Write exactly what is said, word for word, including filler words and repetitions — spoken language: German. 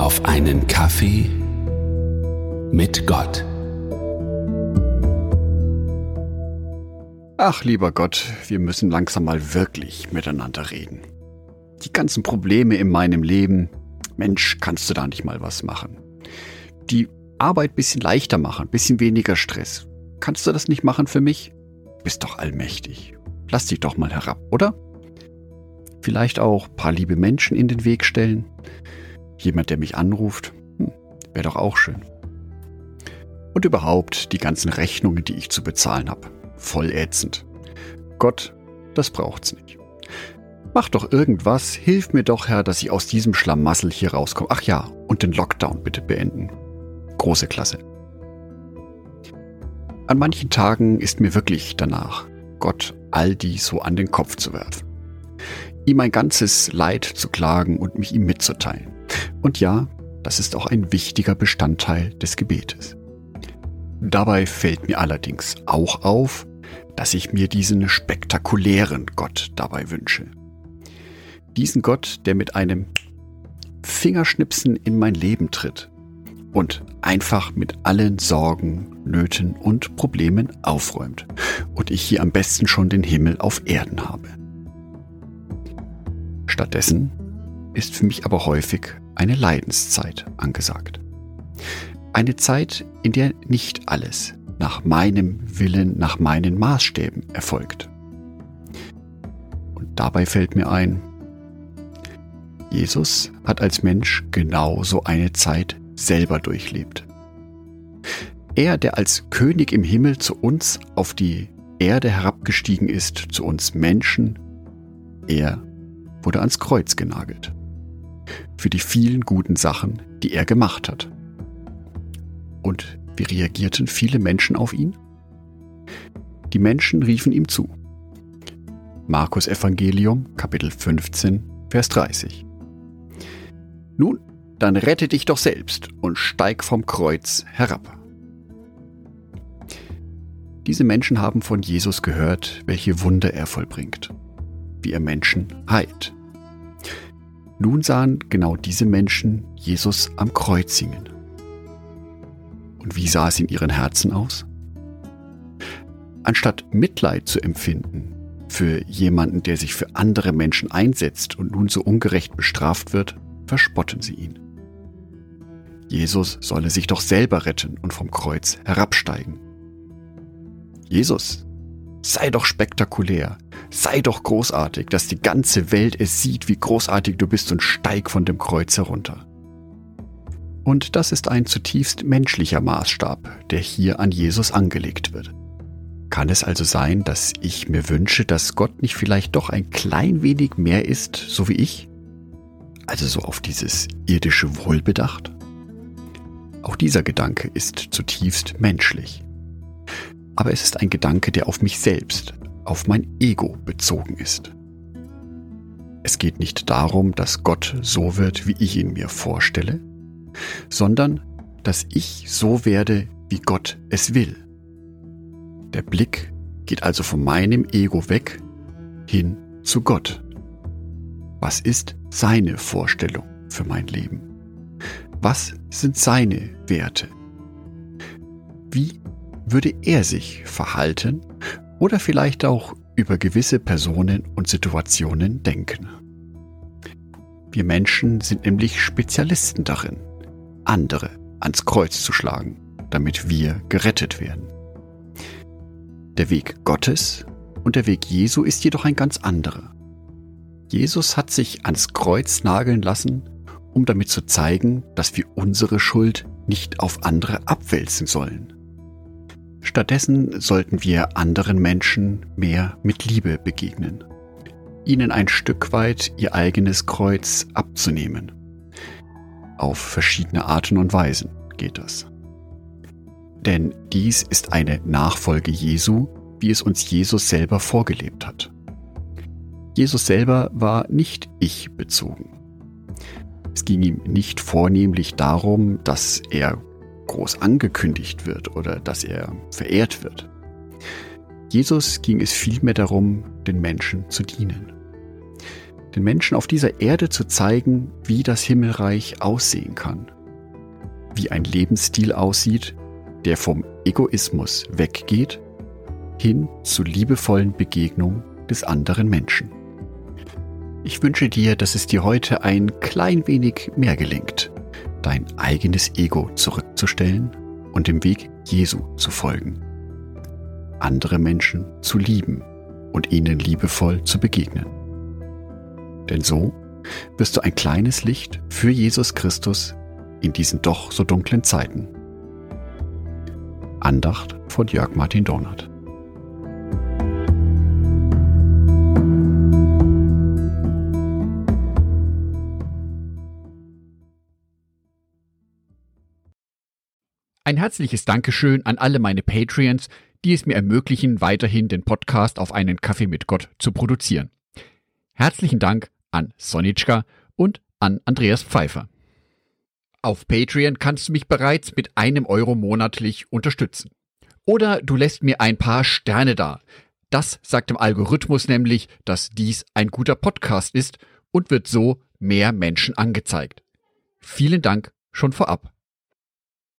auf einen Kaffee mit Gott. Ach, lieber Gott, wir müssen langsam mal wirklich miteinander reden. Die ganzen Probleme in meinem Leben, Mensch, kannst du da nicht mal was machen? Die Arbeit ein bisschen leichter machen, ein bisschen weniger Stress. Kannst du das nicht machen für mich? Bist doch allmächtig. Lass dich doch mal herab, oder? Vielleicht auch ein paar liebe Menschen in den Weg stellen. Jemand, der mich anruft, hm, wäre doch auch schön. Und überhaupt die ganzen Rechnungen, die ich zu bezahlen habe. Voll ätzend. Gott, das braucht's nicht. Mach doch irgendwas, hilf mir doch, Herr, dass ich aus diesem Schlamassel hier rauskomme. Ach ja, und den Lockdown bitte beenden. Große Klasse. An manchen Tagen ist mir wirklich danach, Gott all dies so an den Kopf zu werfen. Ihm mein ganzes Leid zu klagen und mich ihm mitzuteilen. Und ja, das ist auch ein wichtiger Bestandteil des Gebetes. Dabei fällt mir allerdings auch auf, dass ich mir diesen spektakulären Gott dabei wünsche. Diesen Gott, der mit einem Fingerschnipsen in mein Leben tritt und einfach mit allen Sorgen, Nöten und Problemen aufräumt und ich hier am besten schon den Himmel auf Erden habe. Stattdessen ist für mich aber häufig eine Leidenszeit angesagt. Eine Zeit, in der nicht alles nach meinem Willen, nach meinen Maßstäben erfolgt. Und dabei fällt mir ein, Jesus hat als Mensch genau so eine Zeit selber durchlebt. Er, der als König im Himmel zu uns auf die Erde herabgestiegen ist, zu uns Menschen, er wurde ans Kreuz genagelt. Für die vielen guten Sachen, die er gemacht hat. Und wie reagierten viele Menschen auf ihn? Die Menschen riefen ihm zu. Markus Evangelium, Kapitel fünfzehn, Vers dreißig. Nun, dann rette dich doch selbst und steig vom Kreuz herab. Diese Menschen haben von Jesus gehört, welche Wunder er vollbringt, wie er Menschen heilt. Nun sahen genau diese Menschen Jesus am Kreuz hängen. Und wie sah es in ihren Herzen aus? Anstatt Mitleid zu empfinden für jemanden, der sich für andere Menschen einsetzt und nun so ungerecht bestraft wird, verspotten sie ihn. Jesus solle sich doch selber retten und vom Kreuz herabsteigen. Jesus, sei doch spektakulär, sei doch großartig, dass die ganze Welt es sieht, wie großartig du bist und steig von dem Kreuz herunter. Und das ist ein zutiefst menschlicher Maßstab, der hier an Jesus angelegt wird. Kann es also sein, dass ich mir wünsche, dass Gott nicht vielleicht doch ein klein wenig mehr ist, so wie ich? Also so auf dieses irdische Wohl bedacht? Auch dieser Gedanke ist zutiefst menschlich. Aber es ist ein Gedanke, der auf mich selbst, auf mein Ego bezogen ist. Es geht nicht darum, dass Gott so wird, wie ich ihn mir vorstelle, sondern dass ich so werde, wie Gott es will. Der Blick geht also von meinem Ego weg hin zu Gott. Was ist seine Vorstellung für mein Leben? Was sind seine Werte? Wie würde er sich verhalten oder vielleicht auch über gewisse Personen und Situationen denken? Wir Menschen sind nämlich Spezialisten darin, andere ans Kreuz zu schlagen, damit wir gerettet werden. Der Weg Gottes und der Weg Jesu ist jedoch ein ganz anderer. Jesus hat sich ans Kreuz nageln lassen, um damit zu zeigen, dass wir unsere Schuld nicht auf andere abwälzen sollen. Stattdessen sollten wir anderen Menschen mehr mit Liebe begegnen, ihnen ein Stück weit ihr eigenes Kreuz abzunehmen. Auf verschiedene Arten und Weisen geht das. Denn dies ist eine Nachfolge Jesu, wie es uns Jesus selber vorgelebt hat. Jesus selber war nicht ich-bezogen. Es ging ihm nicht vornehmlich darum, dass er groß angekündigt wird oder dass er verehrt wird. Jesus ging es vielmehr darum, den Menschen zu dienen. den Menschen auf dieser Erde zu zeigen, wie das Himmelreich aussehen kann. Wie ein Lebensstil aussieht, der vom Egoismus weggeht, hin zu liebevollen Begegnungen des anderen Menschen. Ich wünsche dir, dass es dir heute ein klein wenig mehr gelingt, dein eigenes Ego zurückzustellen und dem Weg Jesu zu folgen. Andere Menschen zu lieben und ihnen liebevoll zu begegnen. Denn so wirst du ein kleines Licht für Jesus Christus in diesen doch so dunklen Zeiten. Andacht von Jörg Martin Dohnert. Ein herzliches Dankeschön an alle meine Patreons, die es mir ermöglichen, weiterhin den Podcast auf einen Kaffee mit Gott zu produzieren. Herzlichen Dank an Sonitschka und an Andreas Pfeiffer. Auf Patreon kannst du mich bereits mit einem Euro monatlich unterstützen. Oder du lässt mir ein paar Sterne da. Das sagt dem Algorithmus nämlich, dass dies ein guter Podcast ist und wird so mehr Menschen angezeigt. Vielen Dank schon vorab.